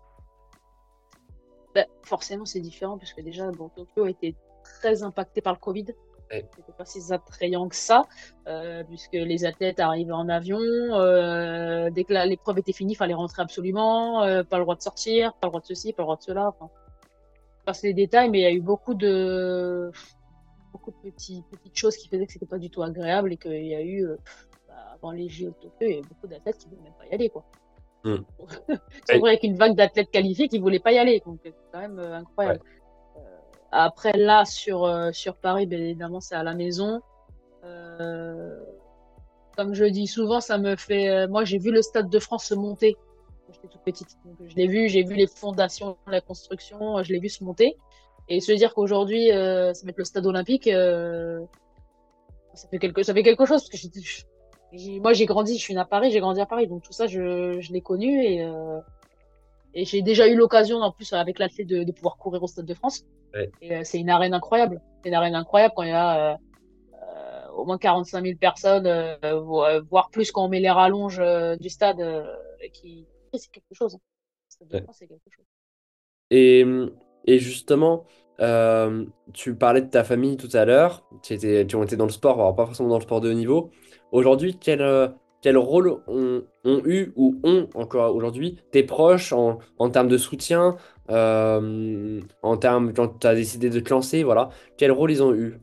Ben, forcément, c'est différent, puisque déjà, bon, Tokyo a été très impacté par le Covid. Ouais. C'était pas si attrayant que ça, euh, puisque les athlètes arrivaient en avion. Euh, dès que la- l'épreuve était finie, il fallait rentrer absolument. Euh, pas le droit de sortir, pas le droit de ceci, pas le droit de cela. Enfin, je passe les détails, mais il y a eu beaucoup de, beaucoup de petits, petites choses qui faisaient que c'était pas du tout agréable et qu'il y a eu, euh, bah, avant les J O de Tokyo, il y a eu beaucoup d'athlètes qui voulaient même pas y aller, quoi. Hmm. Ils se Ouais. retrouvaient avec une vague d'athlètes qualifiés qui voulaient pas y aller. Donc, c'est quand même euh, Ouais. incroyable. Euh, Après, là, sur, euh, sur Paris, bien évidemment, c'est à la maison. Euh, Comme je dis souvent, ça me fait. euh, Moi, j'ai vu le Stade de France se monter quand j'étais toute petite. Donc, je l'ai vu, j'ai vu les fondations, la construction, euh, je l'ai vu se monter. Et se dire qu'aujourd'hui, euh, ça va être le Stade Olympique, euh, ça fait quelque, ça fait quelque chose. Parce que j'étais- j'ai- moi, j'ai grandi, je suis née à Paris, j'ai grandi à Paris. Donc, tout ça, je, je l'ai connu. Et, euh, et j'ai déjà eu l'occasion, en plus, avec l'athlète, de, de pouvoir courir au Stade de France. Ouais. Et euh, c'est une arène incroyable. C'est une arène incroyable quand il y a. euh, euh, au moins quarante-cinq mille personnes, euh, voire plus quand on met les rallonges euh, du stade, euh, qui, c'est quelque chose. Hein. Le Stade de Ouais. France, c'est quelque chose. Et, et justement, euh, tu parlais de ta famille tout à l'heure, qui étaient, qui ont été dans le sport, alors pas forcément dans le sport de haut niveau. Aujourd'hui, quel, euh, quel rôle ont, ont eu ou ont encore aujourd'hui tes proches en, en termes de soutien, euh, en termes quand tu as décidé de te lancer, voilà, quel rôle ils ont eu?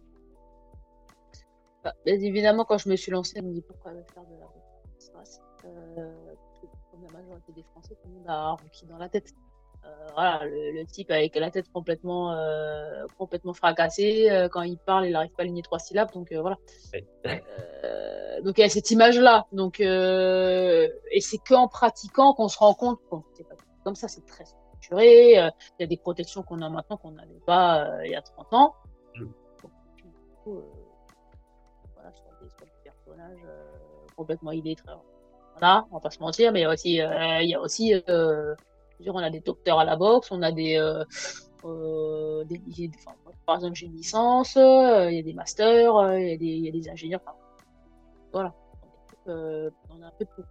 Bah, bien évidemment, quand je me suis lancée, je me dis pourquoi elle veut faire de la race. Euh, comme la majorité des Français, tout le monde a un rookie dans la tête. Euh, voilà, le, le type avec la tête complètement, euh, complètement fracassée, euh, quand il parle, il n'arrive pas à aligner trois syllabes, donc euh, voilà. Ouais. Euh, donc il y a cette image-là. Donc, euh, et c'est qu'en pratiquant qu'on se rend compte que c'est pas comme ça, c'est très structuré. Euh, Il y a des protections qu'on a maintenant qu'on n'avait pas euh, il y a trente ans. Donc, du coup, euh, voilà, sur des, sur des personnages euh, complètement illettrés. Voilà, on va pas se mentir, mais il y a aussi, euh, il y a aussi euh, je veux dire, on a des docteurs à la boxe, on a des, euh, euh, des, des- enfin, moi, par exemple, j'ai une licence, euh, il y a des masters, euh, il y a des, il y a des ingénieurs, enfin, voilà. Euh, on a un peu de tout.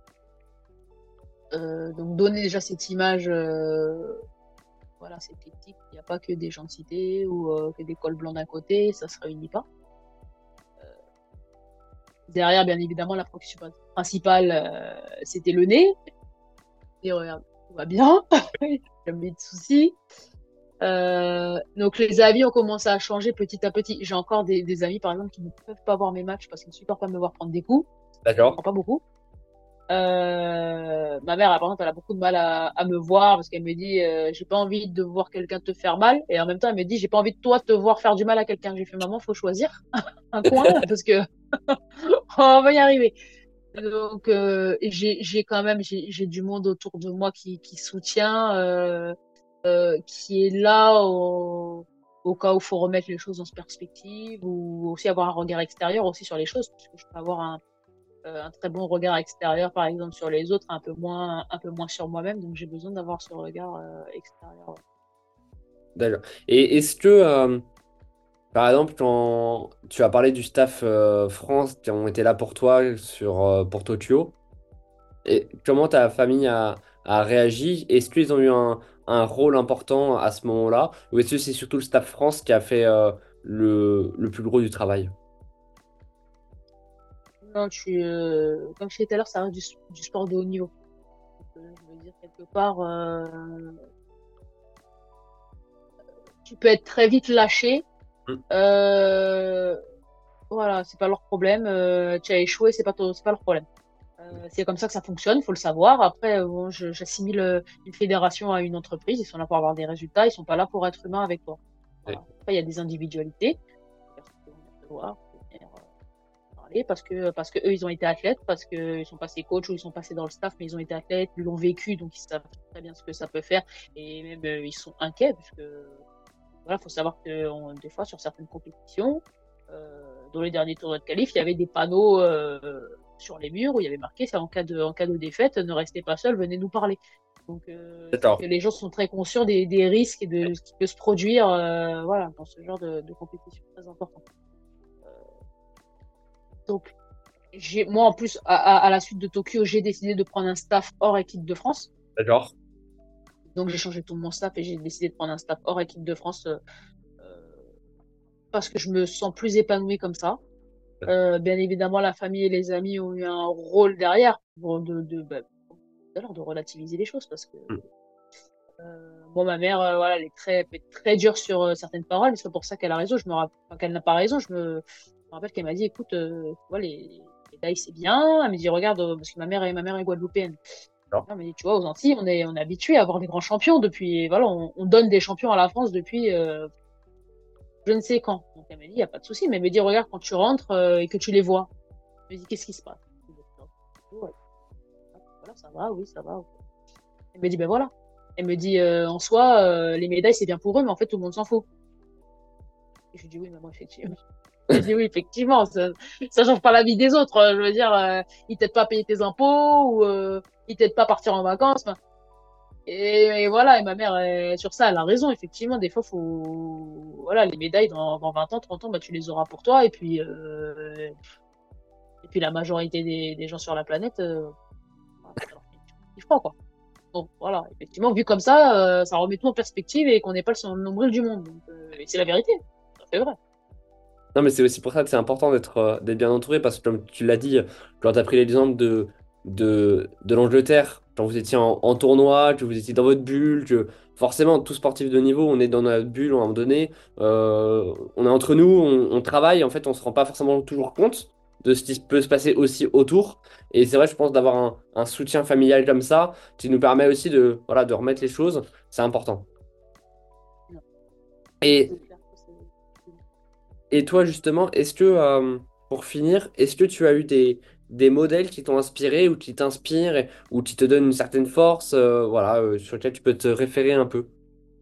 Euh, donc donner déjà cette image, euh, voilà, c'est critique. Il n'y a pas que des gens de cité ou euh, que des cols blancs d'un côté, ça se réunit pas. Derrière, bien évidemment, la préoccupation principale, euh, c'était le nez. Et regarde, tout va bien, jamais de soucis. Euh, donc les avis ont commencé à changer petit à petit. J'ai encore des, des amis, par exemple, qui ne peuvent pas voir mes matchs parce qu'ils ne supportent pas me voir prendre des coups. Je D'accord. comprends pas beaucoup. Euh, ma mère, par exemple, elle a beaucoup de mal à, à me voir parce qu'elle me dit, euh, j'ai pas envie de voir quelqu'un te faire mal. Et en même temps, elle me dit, j'ai pas envie de toi te voir faire du mal à quelqu'un. J'ai fait, maman, faut choisir un coin parce que on va y arriver. Donc, euh, j'ai, j'ai quand même, j'ai, j'ai du monde autour de moi qui, qui soutient, euh, euh, qui est là au, au cas où il faut remettre les choses en perspective ou aussi avoir un regard extérieur aussi sur les choses, parce que je peux avoir un, euh, un très bon regard extérieur, par exemple, sur les autres, un peu moins, un peu moins sur moi-même. Donc, j'ai besoin d'avoir ce regard euh, extérieur. Ouais. D'accord. Et est-ce que, euh, par exemple, quand tu as parlé du staff euh, France qui ont été là pour toi sur, euh, pour Tokyo, et comment ta famille a, a réagi? Est-ce qu'ils ont eu un, un rôle important à ce moment-là? Ou est-ce que c'est surtout le staff France qui a fait euh, le, le plus gros du travail? Non, je suis, euh, comme je disais tout à l'heure, ça reste du, du sport de haut niveau. Donc, euh, je veux dire, quelque part, euh, tu peux être très vite lâché. Hmm. Euh, voilà, c'est pas leur problème. Euh, tu as échoué, c'est pas, ton- c'est pas leur problème. Euh, c'est comme ça que ça fonctionne, il faut le savoir. Après, euh, bon, je- j'assimile euh, une fédération à une entreprise. Ils sont là pour avoir des résultats. Ils sont pas là pour être humains avec toi. Ouais. Voilà. Après, il y a des individualités. Des personnes qui vont venir te voir, qui vont venir, euh, parler parce que, parce que eux, ils ont été athlètes, parce que ils sont passés coach ou ils sont passés dans le staff, mais ils ont été athlètes, ils l'ont vécu, donc ils savent très bien ce que ça peut faire. Et même, euh, ils sont inquiets parce que, voilà, faut savoir que on- des fois, sur certaines compétitions, euh, dans les derniers tournois de qualif, il y avait des panneaux euh, sur les murs où il y avait marqué ça en cas de, en cas de défaite, ne restez pas seul, venez nous parler. Donc, euh, c'est D'accord. que les gens sont très conscients des, des risques et de ce qui peut se produire, euh, voilà, dans ce genre de, de compétition très important. Donc, j'ai, moi, en plus, à, à, à la suite de Tokyo, j'ai décidé de prendre un staff hors équipe de France. D'accord. Donc, j'ai changé tout mon staff et j'ai décidé de prendre un staff hors équipe de France euh, parce que je me sens plus épanouie comme ça. Euh, bien évidemment, la famille et les amis ont eu un rôle derrière pour de, de, bah, tout à l'heure, de relativiser les choses parce que Mm. euh, moi, ma mère, euh, voilà, elle est très, peut être très dure sur euh, certaines paroles, mais c'est pas pour ça qu'elle a raison. Je me rappelle, enfin, qu'elle n'a pas raison. Je me, je me rappelle qu'elle m'a dit, écoute, euh, tu vois, les, les dailles, c'est bien. Elle me dit, regarde, euh, parce que ma mère est, ma mère est guadeloupéenne. D'accord. Elle m'a dit, tu vois, aux Antilles, on est, on est habitué à avoir des grands champions depuis, voilà, on, on donne des champions à la France depuis, euh, je ne sais quand. Donc elle m'a dit, il n'y a pas de souci, mais elle me dit, regarde, quand tu rentres euh, et que tu les vois, je me dis, qu'est-ce qui se passe? Ouais, voilà, ça va, oui, ça va. Ok. Elle me dit, ben voilà. Elle me dit, euh, en soi, euh, les médailles, c'est bien pour eux, mais en fait, tout le monde s'en fout. Et je lui dis, oui, maman, effectivement. Elle dit, oui, effectivement, ça, ça change pas la vie des autres. Je veux dire, euh, ils t'aident pas à payer tes impôts ou euh, ils t'aident pas à partir en vacances. Enfin, Et, et voilà, et ma mère, elle- sur ça, elle a raison, effectivement. Des fois, faut, voilà, les médailles dans, dans vingt ans, trente ans, bah, tu les auras pour toi. Et puis, euh, et puis la majorité des, des gens sur la planète, euh, bah, ça leur fait du froid, quoi. Donc, voilà, effectivement, vu comme ça, euh, ça remet tout en perspective et qu'on n'est pas le seul nombril du monde. Donc, euh, et c'est la vérité. C'est vrai. Non, mais c'est aussi pour ça que c'est important d'être euh, d'être bien entouré parce que, comme tu l'as dit, quand tu as pris l'exemple de, de, de l'Angleterre, quand vous étiez en, en tournoi, que vous étiez dans votre bulle, que forcément, tout sportif de niveau, on est dans notre bulle à un moment donné, euh, on est entre nous, on, on travaille, en fait, on se rend pas forcément toujours compte de ce qui peut se passer aussi autour. Et c'est vrai, je pense, d'avoir un, un soutien familial comme ça, qui nous permet aussi de, voilà, de remettre les choses, c'est important. Non, non, Et c'est clair que c'est- Et toi, justement, est-ce que, euh, pour finir, est-ce que tu as eu des, des modèles qui t'ont inspiré ou qui t'inspirent et- ou qui te donnent une certaine force, euh, voilà, euh, sur lequel tu peux te référer un peu?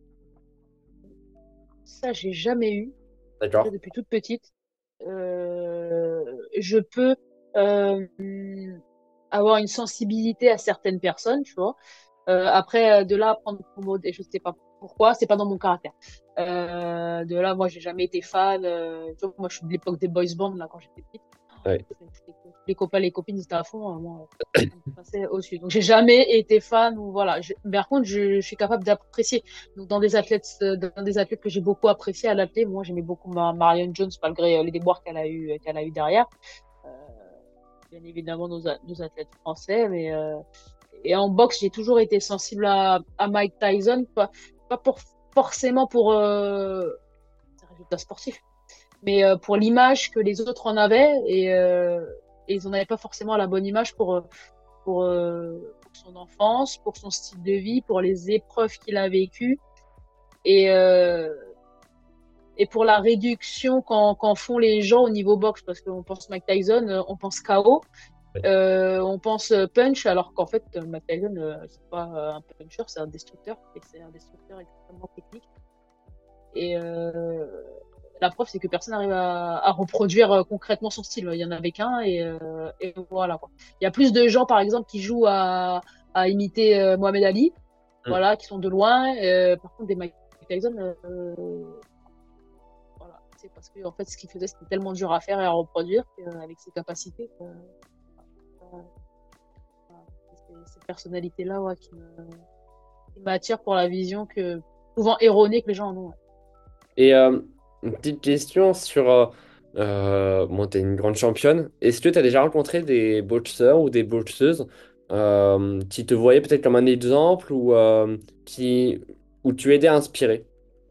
Ça, j'ai jamais eu. Après, D'accord? depuis toute petite, euh, je peux euh, avoir une sensibilité à certaines personnes, tu vois. Euh, après, euh, de là, prendre pour modèle, je sais pas pourquoi, c'est pas dans mon caractère. Euh, de là, moi, j'ai jamais été fan. Euh, tu vois, moi, je suis de l'époque des boys band, là, quand j'étais petite. Ouais. Les, les copains, les copines, ils étaient à fond. Euh, moi, ça me passait au-dessus. Donc, j'ai jamais été fan ou voilà. Je- par contre, je, je suis capable d'apprécier. Donc, dans des athlètes, euh, dans des athlètes que j'ai beaucoup apprécié à l'athlète, moi, j'aimais beaucoup Ma- Marion Jones, malgré euh, les déboires qu'elle a eu, qu'elle a eu derrière. Euh, bien évidemment, nos, a- nos athlètes français, mais, euh, et en boxe, j'ai toujours été sensible à, à Mike Tyson, pas, pas pour, forcément pour euh, un résultat sportif, mais euh, pour l'image que les autres en avaient et, euh, et ils n'en avaient pas forcément la bonne image pour, euh, pour, euh, pour son enfance, pour son style de vie, pour les épreuves qu'il a vécues et, euh, et pour la réduction qu'en qu'en font les gens au niveau boxe, parce qu'on pense Mike Tyson, euh, on pense K O. Euh, on pense euh, punch, alors qu'en fait, euh, Matt Tyson, euh, c'est pas euh, un puncher, c'est un destructeur, et c'est un destructeur extrêmement technique. Et euh, la preuve, c'est que personne n'arrive à, à reproduire euh, concrètement son style. Il y en avait qu'un, et, euh, et voilà, quoi. Il y a plus de gens, par exemple, qui jouent à, à imiter euh, Mohamed Ali, Mm. voilà, qui sont de loin. Euh, par contre, des Mike Tyson, euh, voilà, c'est parce que en fait, ce qu'il faisait, c'était tellement dur à faire et à reproduire qu'avec ses capacités, euh, c'est ces personnalités-là ouais, qui me, qui m'attirent pour la vision que souvent erronée que les gens en ont. Ouais. Et euh, une petite question sur... Euh, euh, bon, tu es une grande championne. Est-ce que tu as déjà rencontré des boxeurs ou des boxeuses euh, qui te voyaient peut-être comme un exemple ou euh, qui, où tu aidais à inspirer?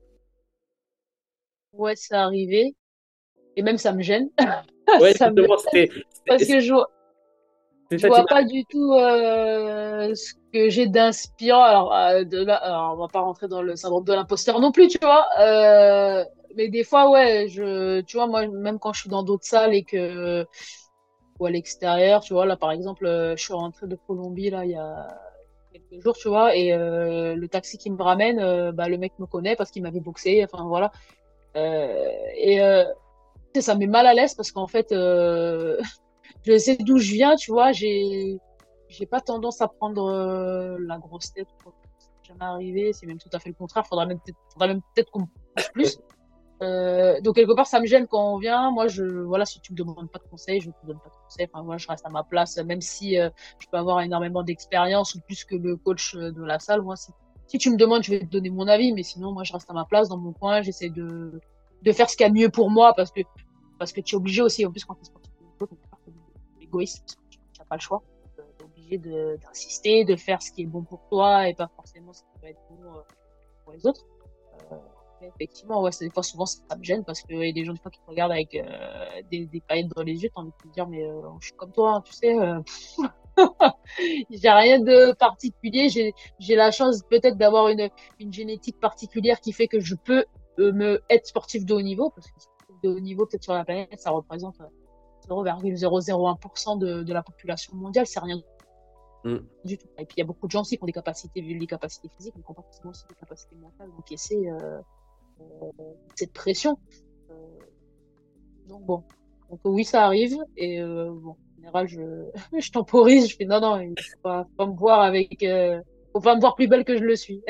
Ouais, c'est arrivé. Et même ça me gêne. Ouais, ça me... justement, c'était Parce c'était- que je vois, c'était je ça qui vois m'a... pas du tout euh, ce que j'ai d'inspirant. Alors, euh, de là, alors, on va pas rentrer dans le syndrome de l'imposteur non plus, tu vois. Euh, mais des fois, ouais, je, tu vois, moi, même quand je suis dans d'autres salles et que, ou à l'extérieur, tu vois, là, par exemple, euh, je suis rentrée de Colombie, là, il y a quelques jours, tu vois, et euh, le taxi qui me ramène, euh, bah, le mec me connaît parce qu'il m'avait boxé, enfin, voilà. Euh, et euh, tu sais, ça me met mal à l'aise parce qu'en fait, euh, je sais d'où je viens, tu vois, j'ai j'ai pas tendance à prendre euh, la grosse tête, quoi. C'est jamais arrivé, c'est même tout à fait le contraire, faudra même peut-être faudra même peut-être qu'on me pousse plus. Euh, donc quelque part, ça me gêne quand on vient. Moi, je, voilà, si tu me demandes pas de conseils, je te donne pas de conseils. Enfin, moi, je reste à ma place, même si euh, je peux avoir énormément d'expérience ou plus que le coach euh, de la salle. Moi, si, si tu me demandes, je vais te donner mon avis, mais sinon, moi, je reste à ma place dans mon coin. J'essaie de de faire ce qu'il y a de mieux pour moi parce que parce que tu es obligé aussi. En plus, quand tu es sportif, tu es égoïste, parce que tu n'as pas le choix. Tu es obligé de d'insister, de faire ce qui est bon pour toi et pas forcément ce qui va être bon euh, pour les autres. Euh, mais effectivement, ouais, c'est des fois, souvent, ça me gêne parce qu'il y a des gens, des fois, qui te regardent avec euh, des, des paillettes dans les yeux, t'as envie de te dire, mais euh, je suis comme toi, hein, tu sais, euh, j'ai rien de particulier, j'ai, j'ai la chance peut-être d'avoir une, une génétique particulière qui fait que je peux euh, me être sportif de haut niveau, parce que sportif de haut niveau, peut-être sur la planète, ça représente euh, zéro virgule zéro zéro un pour cent de, de la population mondiale, c'est rien Mm. du tout. Et puis, il y a beaucoup de gens aussi qui ont des capacités, des capacités physiques, mais qui n'ont pas forcément aussi des capacités mentales, donc essayer euh, cette pression. Euh, donc bon, donc oui, ça arrive. Et euh, bon, en général, je, je temporise, je fais non, non, il faut pas, faut pas me voir avec, euh, faut pas me voir plus belle que je le suis.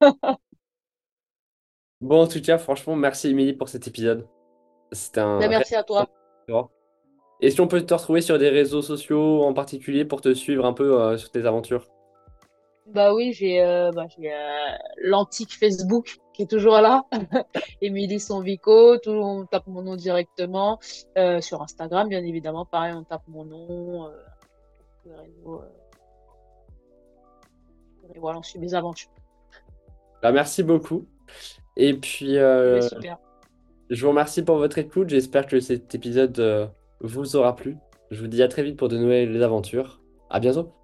Bon, en tout cas, franchement, merci Émilie pour cet épisode. C'était Ben, un réel merci à toi. plaisir. Et si on peut te retrouver sur des réseaux sociaux en particulier pour te suivre un peu euh, sur tes aventures? Bah oui, j'ai euh, bah, j'ai euh, l'antique Facebook qui est toujours là. Émilie Sonvico, tout, on tape mon nom directement. Euh, sur Instagram, bien évidemment, pareil, on tape mon nom. Euh, les réseaux, euh, et voilà, on suit mes aventures. Bah, merci beaucoup. Et puis, Eh ben, euh, super. je vous remercie pour votre écoute. J'espère que cet épisode euh, vous aura plu. Je vous dis à très vite pour de nouvelles aventures. À bientôt.